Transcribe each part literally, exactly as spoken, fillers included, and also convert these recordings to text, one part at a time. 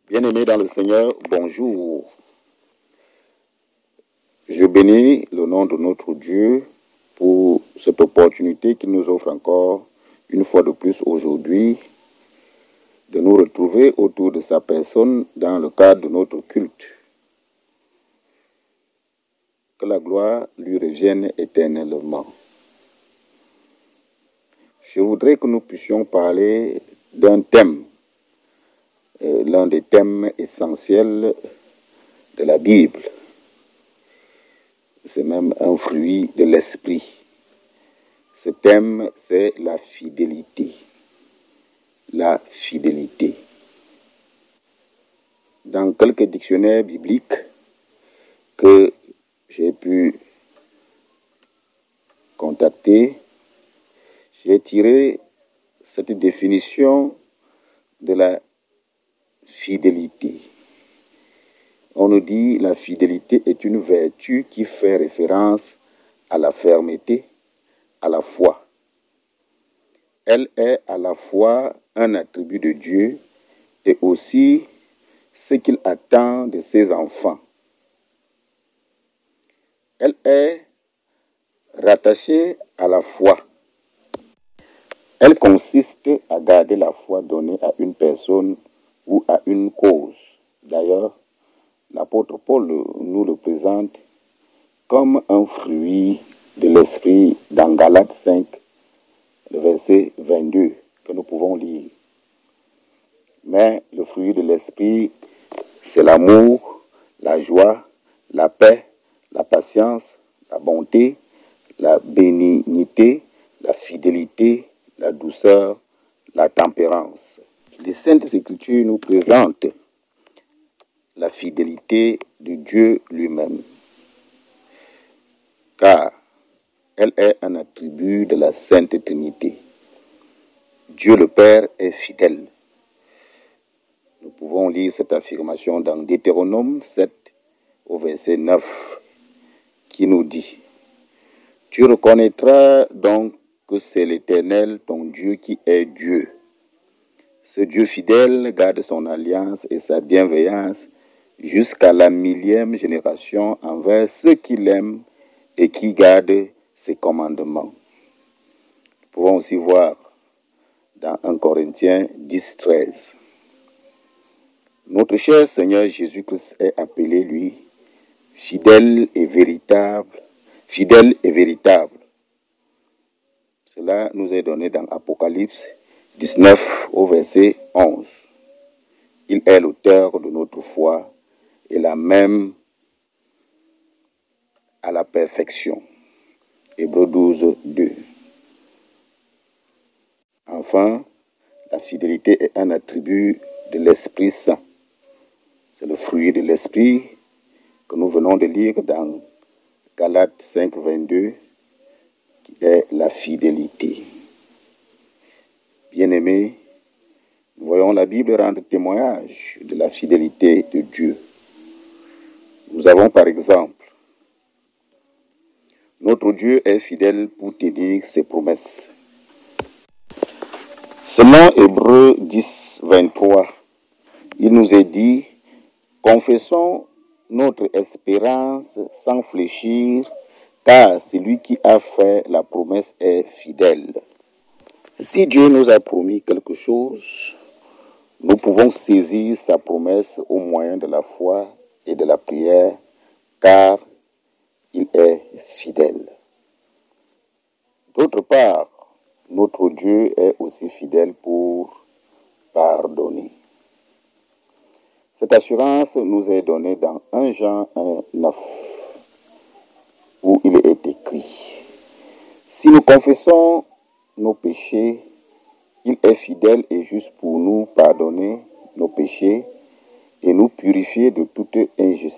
Bien-aimés dans le Seigneur, bonjour. Je bénis le nom de notre Dieu pour cette opportunité qu'il nous offre encore une fois de plus aujourd'hui de nous retrouver autour de sa personne dans le cadre de notre culte. Que la gloire lui revienne éternellement. Je voudrais que nous puissions parler d'un thème, euh, l'un des thèmes essentiels de la Bible. C'est même un fruit de l'esprit. Ce thème, c'est la fidélité. La fidélité. Dans quelques dictionnaires bibliques que j'ai pu contacter, j'ai tiré cette définition de la fidélité. On nous dit la fidélité est une vertu qui fait référence à la fermeté, à la foi. Elle est à la fois un attribut de Dieu et aussi ce qu'il attend de ses enfants. Elle est rattachée à la foi. Elle consiste à garder la foi donnée à une personne ou à une cause. D'ailleurs, l'apôtre Paul nous le présente comme un fruit de l'esprit dans Galates cinq, le verset vingt-deux, que nous pouvons lire. Mais le fruit de l'esprit, c'est l'amour, la joie, la paix, la patience, la bonté, la bénignité, la fidélité, la douceur, la tempérance. Les Saintes Écritures nous présentent la fidélité de Dieu lui-même, car elle est un attribut de la Sainte Trinité. Dieu le Père est fidèle. Nous pouvons lire cette affirmation dans Deutéronome sept, au verset neuf, qui nous dit « Tu reconnaîtras donc que c'est l'Éternel, ton Dieu, qui est Dieu. Ce Dieu fidèle garde son alliance et sa bienveillance jusqu'à la millième génération envers ceux qui l'aiment et qui gardent ses commandements. » Nous pouvons aussi voir dans un Corinthiens dix, treize. Notre cher Seigneur Jésus-Christ est appelé, lui, fidèle et véritable, fidèle et véritable. Cela nous est donné dans Apocalypse dix-neuf au verset onze. Il est l'auteur de notre foi et la même à la perfection. Hébreux douze, deux. Enfin, la fidélité est un attribut de l'Esprit Saint. C'est le fruit de l'Esprit que nous venons de lire dans Galates cinq, vingt-deux, qui est la fidélité. Bien-aimés, nous voyons la Bible rendre témoignage de la fidélité de Dieu. Nous avons par exemple, notre Dieu est fidèle pour tenir ses promesses. Selon Hébreux dix, vingt-trois, il nous est dit, confessons notre espérance sans fléchir, car celui qui a fait la promesse est fidèle. Si Dieu nous a promis quelque chose, nous pouvons saisir sa promesse au moyen de la foi et de la prière, car il est fidèle. D'autre part, notre Dieu est aussi fidèle pour pardonner. Cette assurance nous est donnée dans un Jean un, neuf, où il est écrit « Si nous confessons nos péchés, il est fidèle et juste pour nous pardonner nos péchés et nous purifier de toute injustice. »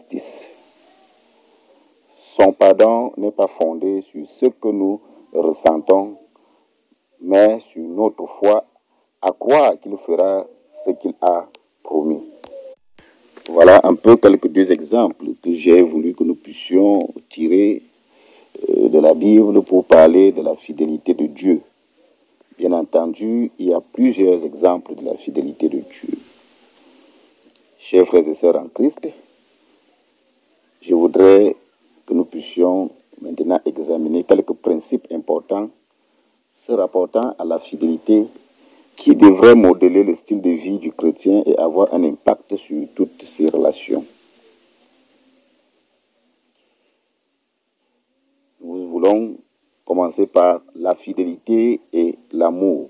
Son pardon n'est pas fondé sur ce que nous ressentons, mais sur notre foi à croire qu'il fera ce qu'il a promis. Voilà un peu quelques deux exemples que j'ai voulu que nous puissions tirer de la Bible pour parler de la fidélité de Dieu. Bien entendu, il y a plusieurs exemples de la fidélité de Dieu. Chers frères et sœurs en Christ, je voudrais que nous puissions maintenant examiner quelques principes importants se rapportant à la fidélité qui devrait modeler le style de vie du chrétien et avoir un impact sur toutes ses relations. Nous voulons commencer par la fidélité et l'amour.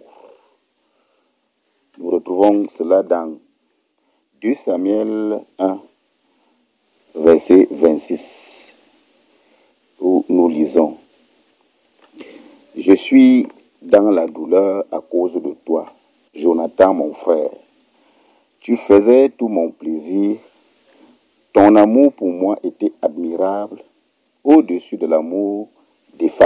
Nous retrouvons cela dans deux Samuel un, verset vingt-six, où nous lisons: « Je suis dans la douleur à cause de toi, Jonathan mon frère. Tu faisais tout mon plaisir. Ton amour pour moi était admirable, au-dessus de l'amour des femmes. »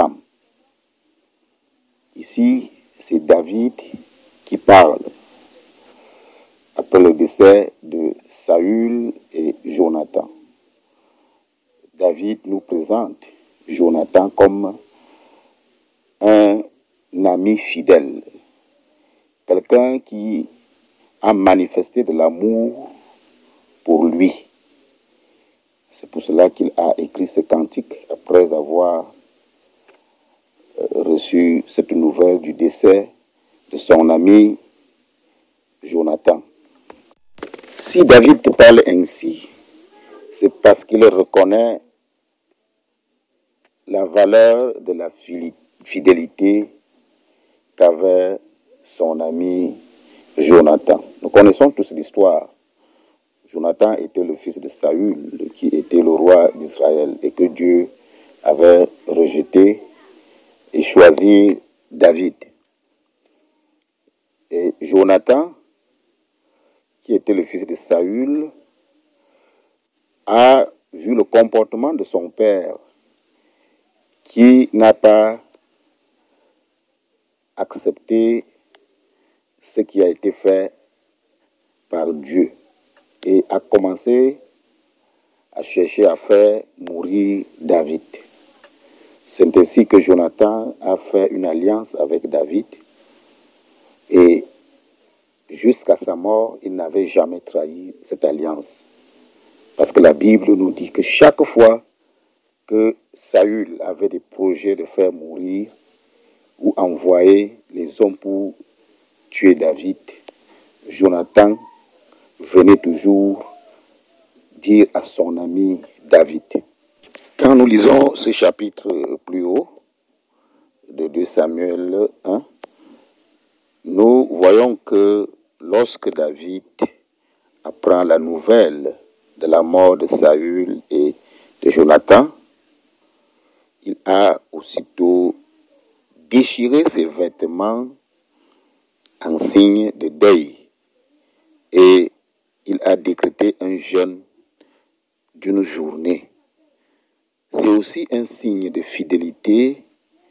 Ici, c'est David qui parle après le décès de Saül et Jonathan. David nous présente Jonathan comme un ami fidèle, quelqu'un qui a manifesté de l'amour pour lui. C'est pour cela qu'il a écrit ce cantique après avoir reçu cette nouvelle du décès de son ami Jonathan. Si David parle ainsi, c'est parce qu'il reconnaît la valeur de la fidélité qu'avait son ami Jonathan. Nous connaissons tous l'histoire. Jonathan était le fils de Saül, qui était le roi d'Israël, et que Dieu avait rejeté et choisi David. Et Jonathan, qui était le fils de Saül, a vu le comportement de son père, qui n'a pas accepté ce qui a été fait par Dieu et a commencé à chercher à faire mourir David. C'est ainsi que Jonathan a fait une alliance avec David et jusqu'à sa mort, il n'avait jamais trahi cette alliance. Parce que la Bible nous dit que chaque fois que Saül avait des projets de faire mourir ou envoyer les hommes pour tuer David, Jonathan venait toujours dire à son ami David. Quand nous lisons ce chapitre plus haut de deux Samuel un, nous voyons que lorsque David apprend la nouvelle de la mort de Saül et de Jonathan, il a aussitôt déchiré ses vêtements en signe de deuil et il a décrété un jeûne d'une journée. C'est aussi un signe de fidélité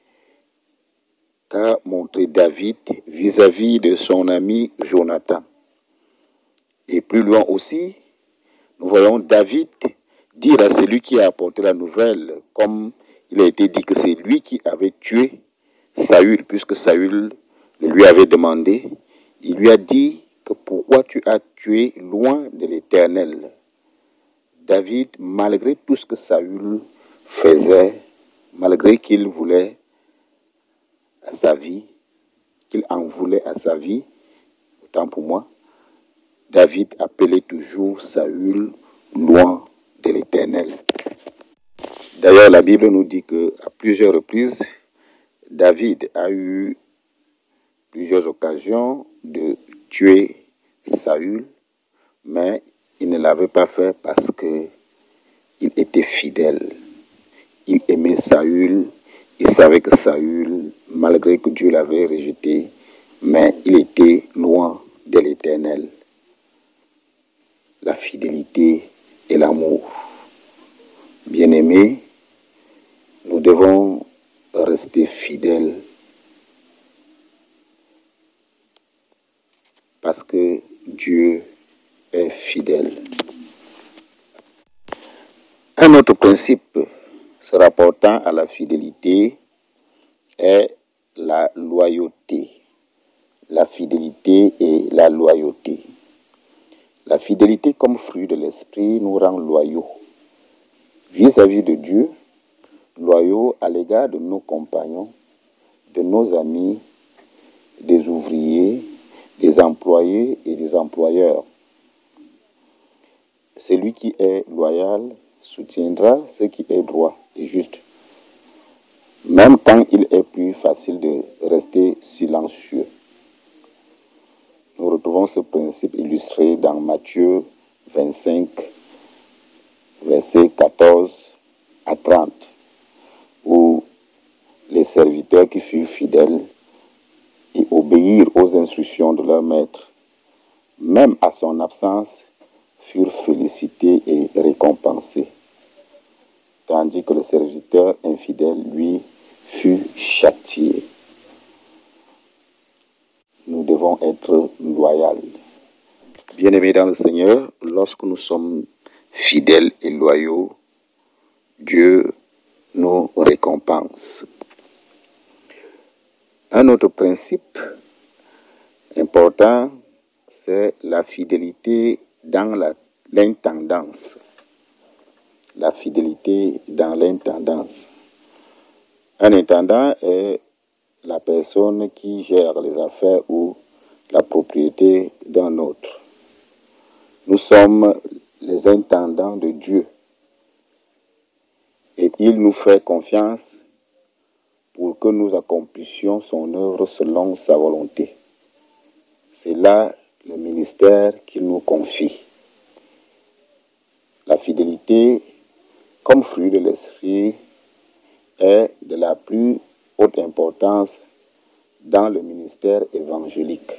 qu'a montré David vis-à-vis de son ami Jonathan. Et plus loin aussi, nous voyons David dire à celui qui a apporté la nouvelle, comme il a été dit que c'est lui qui avait tué Saül, puisque Saül le lui avait demandé, il lui a dit que pourquoi tu as tué loin de l'Éternel. David, malgré tout ce que Saül faisait, malgré qu'il voulait à sa vie, qu'il en voulait à sa vie, autant pour moi, David appelait toujours Saül loin de l'Éternel. D'ailleurs, la Bible nous dit qu'à plusieurs reprises, David a eu plusieurs occasions de tuer Saül, mais il ne l'avait pas fait parce qu'il était fidèle. Il aimait Saül, il savait que Saül, malgré que Dieu l'avait rejeté, mais il était loin de l'Éternel. La fidélité et l'amour. Bien-aimés, nous devons rester fidèles parce que Dieu est fidèle. Un autre principe se rapportant à la fidélité est la loyauté. La fidélité et la loyauté. La fidélité comme fruit de l'esprit nous rend loyaux vis-à-vis de Dieu, loyaux à l'égard de nos compagnons, de nos amis, des ouvriers, des employés et des employeurs. Celui qui est loyal soutiendra ce qui est droit et juste, même quand il est plus facile de rester silencieux. Nous retrouvons ce principe illustré dans Matthieu vingt-cinq, versets quatorze à trente, où les serviteurs qui furent fidèles et obéirent aux instructions de leur maître, même à son absence, furent félicités et récompensés, tandis que le serviteur infidèle, lui, fut châtié. Nous devons être loyaux. Bien-aimés dans le Seigneur, lorsque nous sommes fidèles et loyaux, Dieu nous récompense. Un autre principe important, c'est la fidélité dans la, l'intendance. La fidélité dans l'intendance. Un intendant est la personne qui gère les affaires ou la propriété d'un autre. Nous sommes les intendants de Dieu et il nous fait confiance pour que nous accomplissions son œuvre selon sa volonté. C'est là le ministère qu'il nous confie. La fidélité, comme fruit de l'esprit, est de la plus haute importance dans le ministère évangélique.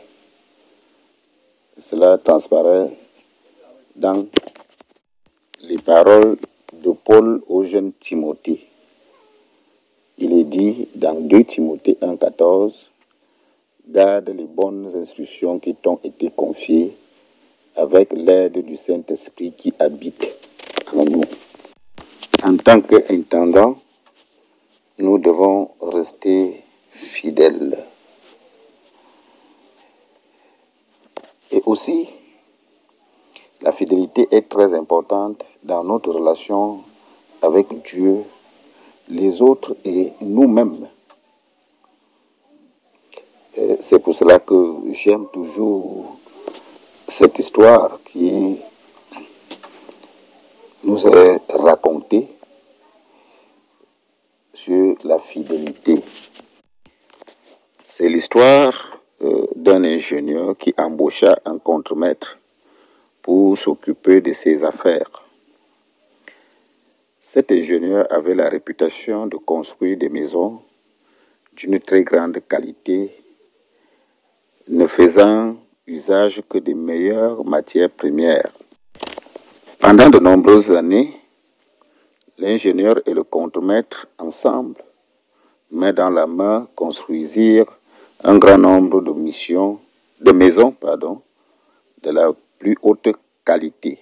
Cela transparaît dans les paroles de Paul au jeune Timothée. Il est dit dans deux Timothée un quatorze, « Garde les bonnes instructions qui t'ont été confiées avec l'aide du Saint-Esprit qui habite en nous. » En tant qu'intendant, nous devons rester fidèles. Et aussi, la fidélité est très importante dans notre relation avec Dieu, les autres et nous-mêmes. Et c'est pour cela que j'aime toujours cette histoire qui nous est racontée sur la fidélité. C'est l'histoire euh, d'un ingénieur qui embaucha un contremaître pour s'occuper de ses affaires. Cet ingénieur avait la réputation de construire des maisons d'une très grande qualité, ne faisant usage que des meilleures matières premières. Pendant de nombreuses années, l'ingénieur et le contremaître ensemble, main dans la main, construisirent un grand nombre de missions, de maisons, pardon, de la plus haute qualité.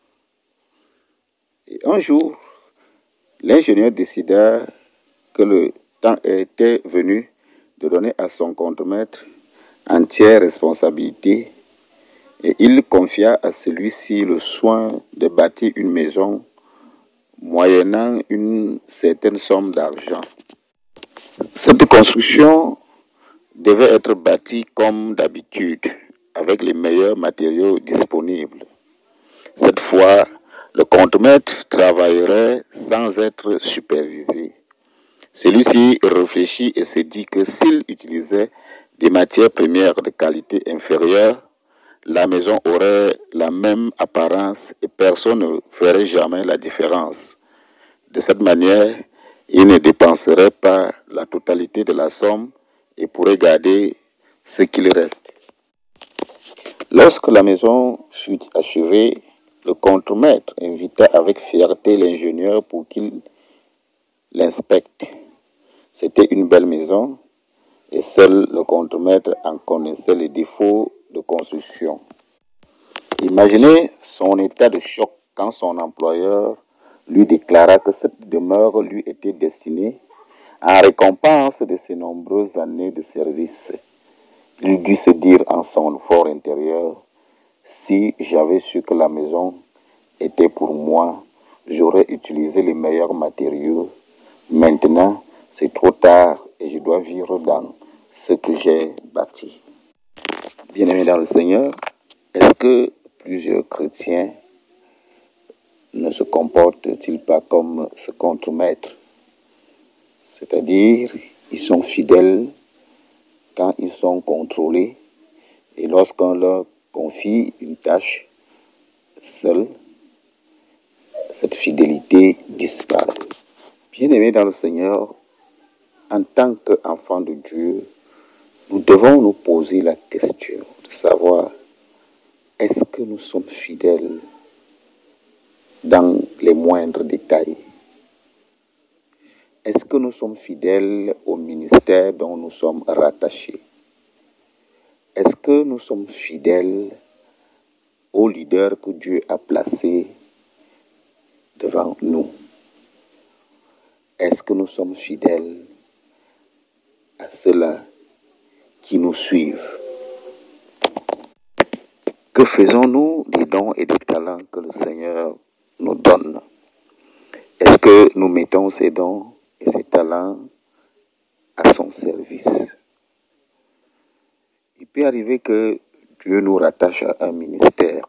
Et un jour, l'ingénieur décida que le temps était venu de donner à son contremaître entière responsabilité et il confia à celui-ci le soin de bâtir une maison moyennant une certaine somme d'argent. Cette construction devait être bâtie comme d'habitude, avec les meilleurs matériaux disponibles. Cette fois, le contremaître travaillerait sans être supervisé. Celui-ci réfléchit et se dit que s'il utilisait des matières premières de qualité inférieure, la maison aurait la même apparence et personne ne ferait jamais la différence. De cette manière, il ne dépenserait pas la totalité de la somme et pourrait garder ce qu'il reste. Lorsque la maison fut achevée, le contremaître invita avec fierté l'ingénieur pour qu'il l'inspecte. C'était une belle maison et seul le contremaître en connaissait les défauts de construction. Imaginez son état de choc quand son employeur lui déclara que cette demeure lui était destinée en récompense de ses nombreuses années de service. Il dut se dire en son fort intérieur, Si j'avais su que la maison était pour moi, j'aurais utilisé les meilleurs matériaux. Maintenant, c'est trop tard et je dois vivre dans ce que j'ai bâti. Bien-aimés dans le Seigneur, est-ce que plusieurs chrétiens ne se comportent-ils pas comme ce contre-maître? C'est-à-dire, ils sont fidèles quand ils sont contrôlés et lorsqu'on leur confie une tâche, seule, cette fidélité disparaît. Bien-aimés dans le Seigneur, en tant qu'enfants de Dieu, nous devons nous poser la question de savoir est-ce que nous sommes fidèles dans les moindres détails? Est-ce que nous sommes fidèles au ministère dont nous sommes rattachés? Est-ce que nous sommes fidèles au leader que Dieu a placé devant nous? Est-ce que nous sommes fidèles à ceux-là qui nous suivent? Que faisons-nous des dons et des talents que le Seigneur nous donne? Est-ce que nous mettons ces dons et ces talents à son service? Il peut arriver que Dieu nous rattache à un ministère.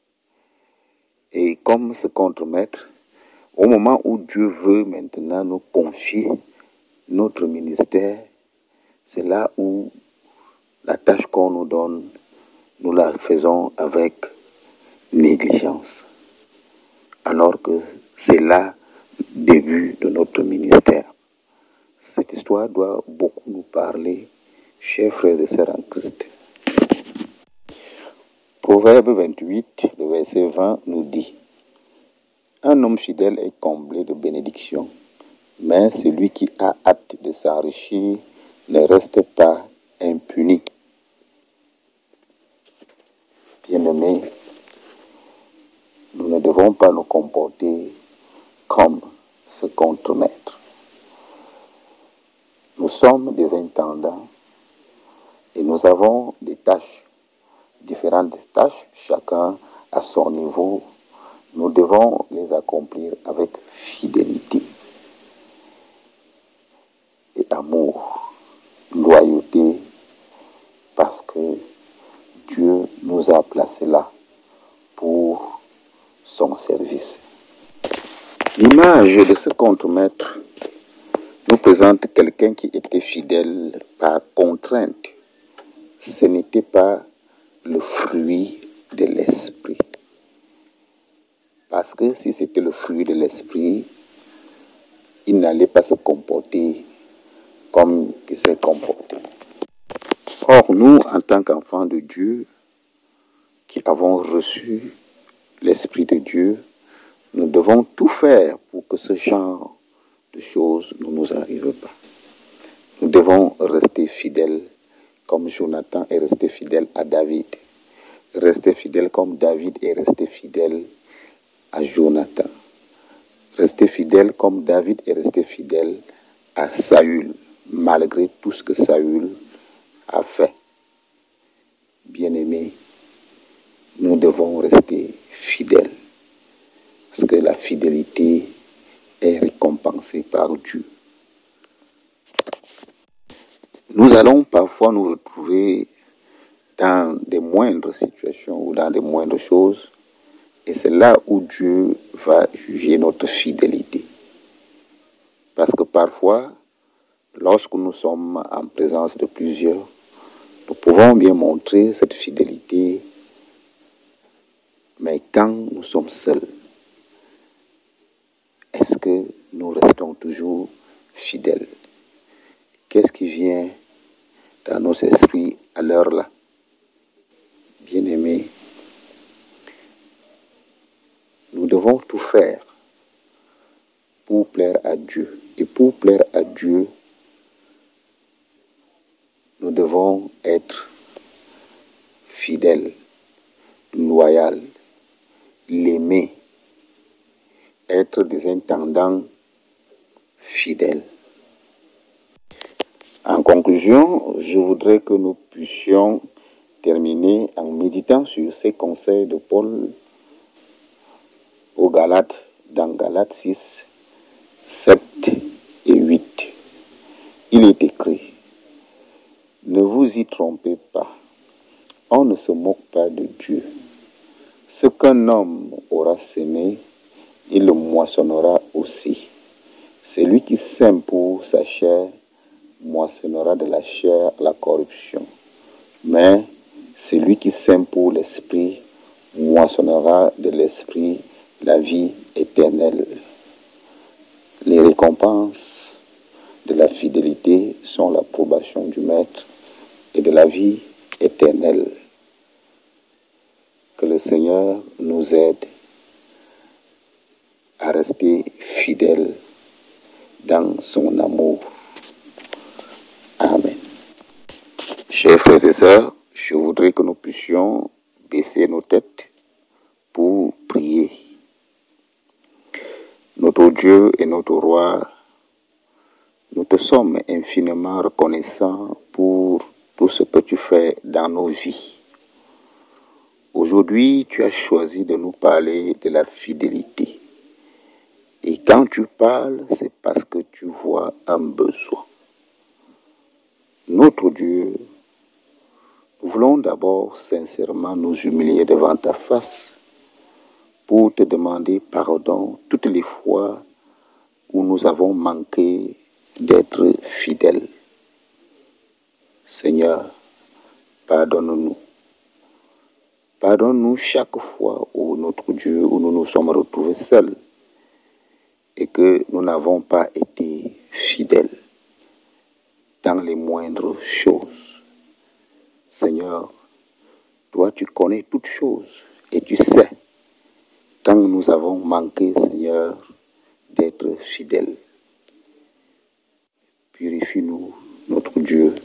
Et comme ce contre-maître, au moment où Dieu veut maintenant nous confier notre ministère, c'est là où la tâche qu'on nous donne, nous la faisons avec négligence. Alors que c'est là le début de notre ministère. Cette histoire doit beaucoup nous parler, chers frères et sœurs en Christ. Proverbe vingt-huit, le verset vingt nous dit: un homme fidèle est comblé de bénédictions, mais celui qui a hâte de s'enrichir ne reste pas impuni. Bien-aimés, nous ne devons pas nous comporter comme ce contre-maître. Nous sommes des intendants et nous avons des tâches, différentes tâches, chacun à son niveau. Nous devons les accomplir avec fidélité et amour, loyauté, parce que Dieu nous a placés là pour son service. L'image de ce contre-maître nous présente quelqu'un qui était fidèle par contrainte. Ce n'était pas le fruit de l'esprit. Parce que si c'était le fruit de l'esprit, il n'allait pas se comporter comme il s'est comporté. Or, nous, en tant qu'enfants de Dieu, qui avons reçu l'Esprit de Dieu, nous devons tout faire pour que ce genre de choses ne nous arrive pas. Nous devons rester fidèles comme Jonathan est resté fidèle à David. Rester fidèle comme David est resté fidèle à Jonathan. Rester fidèle comme David est resté fidèle à Saül, malgré tout ce que Saül a fait. Bien-aimés, nous devons rester fidèles, parce que la fidélité est récompensée par Dieu. Nous allons parfois nous retrouver dans des moindres situations ou dans des moindres choses, et c'est là où Dieu va juger notre fidélité. Parce que parfois, lorsque nous sommes en présence de plusieurs, nous pouvons bien montrer cette fidélité, mais quand nous sommes seuls, est-ce que nous restons toujours fidèles? Qu'est-ce qui vient dans nos esprits à l'heure-là? Bien-aimés, nous devons tout faire pour plaire à Dieu. Et pour plaire à Dieu, nous devons être fidèles, loyaux, l'aimer, être des intendants fidèles. En conclusion, je voudrais que nous puissions terminé en méditant sur ces conseils de Paul aux Galates, dans Galates six, sept et huit. Il est écrit: ne vous y trompez pas, on ne se moque pas de Dieu. Ce qu'un homme aura semé, il le moissonnera aussi. Celui qui sème pour sa chair moissonnera de la chair la corruption. Mais celui qui sème pour l'esprit moissonnera de l'esprit la vie éternelle. Les récompenses de la fidélité sont l'approbation du Maître et de la vie éternelle. Que le Seigneur nous aide à rester fidèles dans son amour. Amen. Chers frères et sœurs, je voudrais que nous puissions baisser nos têtes pour prier. Notre Dieu et notre Roi, nous te sommes infiniment reconnaissants pour tout ce que tu fais dans nos vies. Aujourd'hui, tu as choisi de nous parler de la fidélité. Et quand tu parles, c'est parce que tu vois un besoin. Notre Dieu, nous voulons d'abord sincèrement nous humilier devant ta face pour te demander pardon toutes les fois où nous avons manqué d'être fidèles. Seigneur, pardonne-nous. Pardonne-nous chaque fois où notre Dieu, où nous nous sommes retrouvés seuls et que nous n'avons pas été fidèles dans les moindres choses. Seigneur, toi tu connais toutes choses et tu sais quand nous avons manqué, Seigneur, d'être fidèles. Purifie-nous, notre Dieu.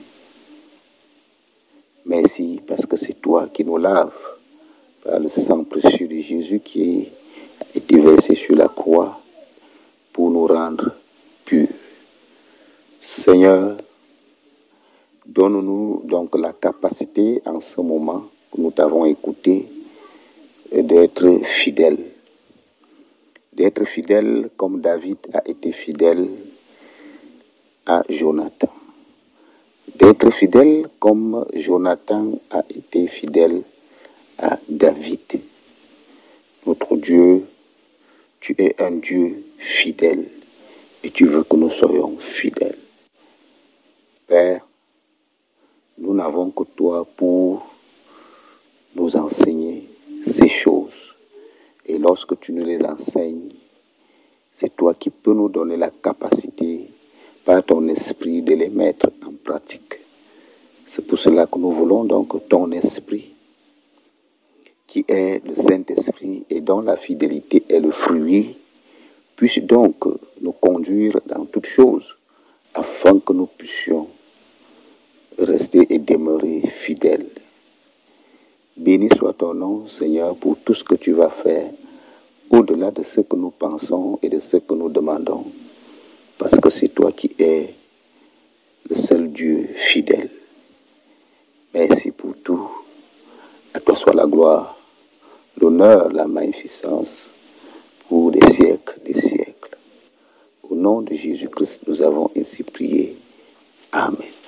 Merci parce que c'est toi qui nous laves par le sang précieux de Jésus qui a été versé sur la croix pour nous rendre purs. Seigneur, donne-nous donc la capacité en ce moment que nous t'avons écouté d'être fidèles. D'être fidèles comme David a été fidèle à Jonathan. D'être fidèle comme Jonathan a été fidèle à David. Notre Dieu, tu es un Dieu fidèle et tu veux que nous soyons fidèles. Père, nous n'avons que toi pour nous enseigner ces choses. Et lorsque tu nous les enseignes, c'est toi qui peux nous donner la capacité par ton esprit de les mettre en pratique. C'est pour cela que nous voulons donc ton esprit, qui est le Saint-Esprit et dont la fidélité est le fruit, puisse donc nous conduire dans toutes choses afin que nous puissions rester et demeurer fidèles. Béni soit ton nom, Seigneur, pour tout ce que tu vas faire, au-delà de ce que nous pensons et de ce que nous demandons, parce que c'est toi qui es le seul Dieu fidèle. Merci pour tout. À toi soit la gloire, l'honneur, la magnificence, pour des siècles, des siècles. Au nom de Jésus-Christ, nous avons ainsi prié. Amen.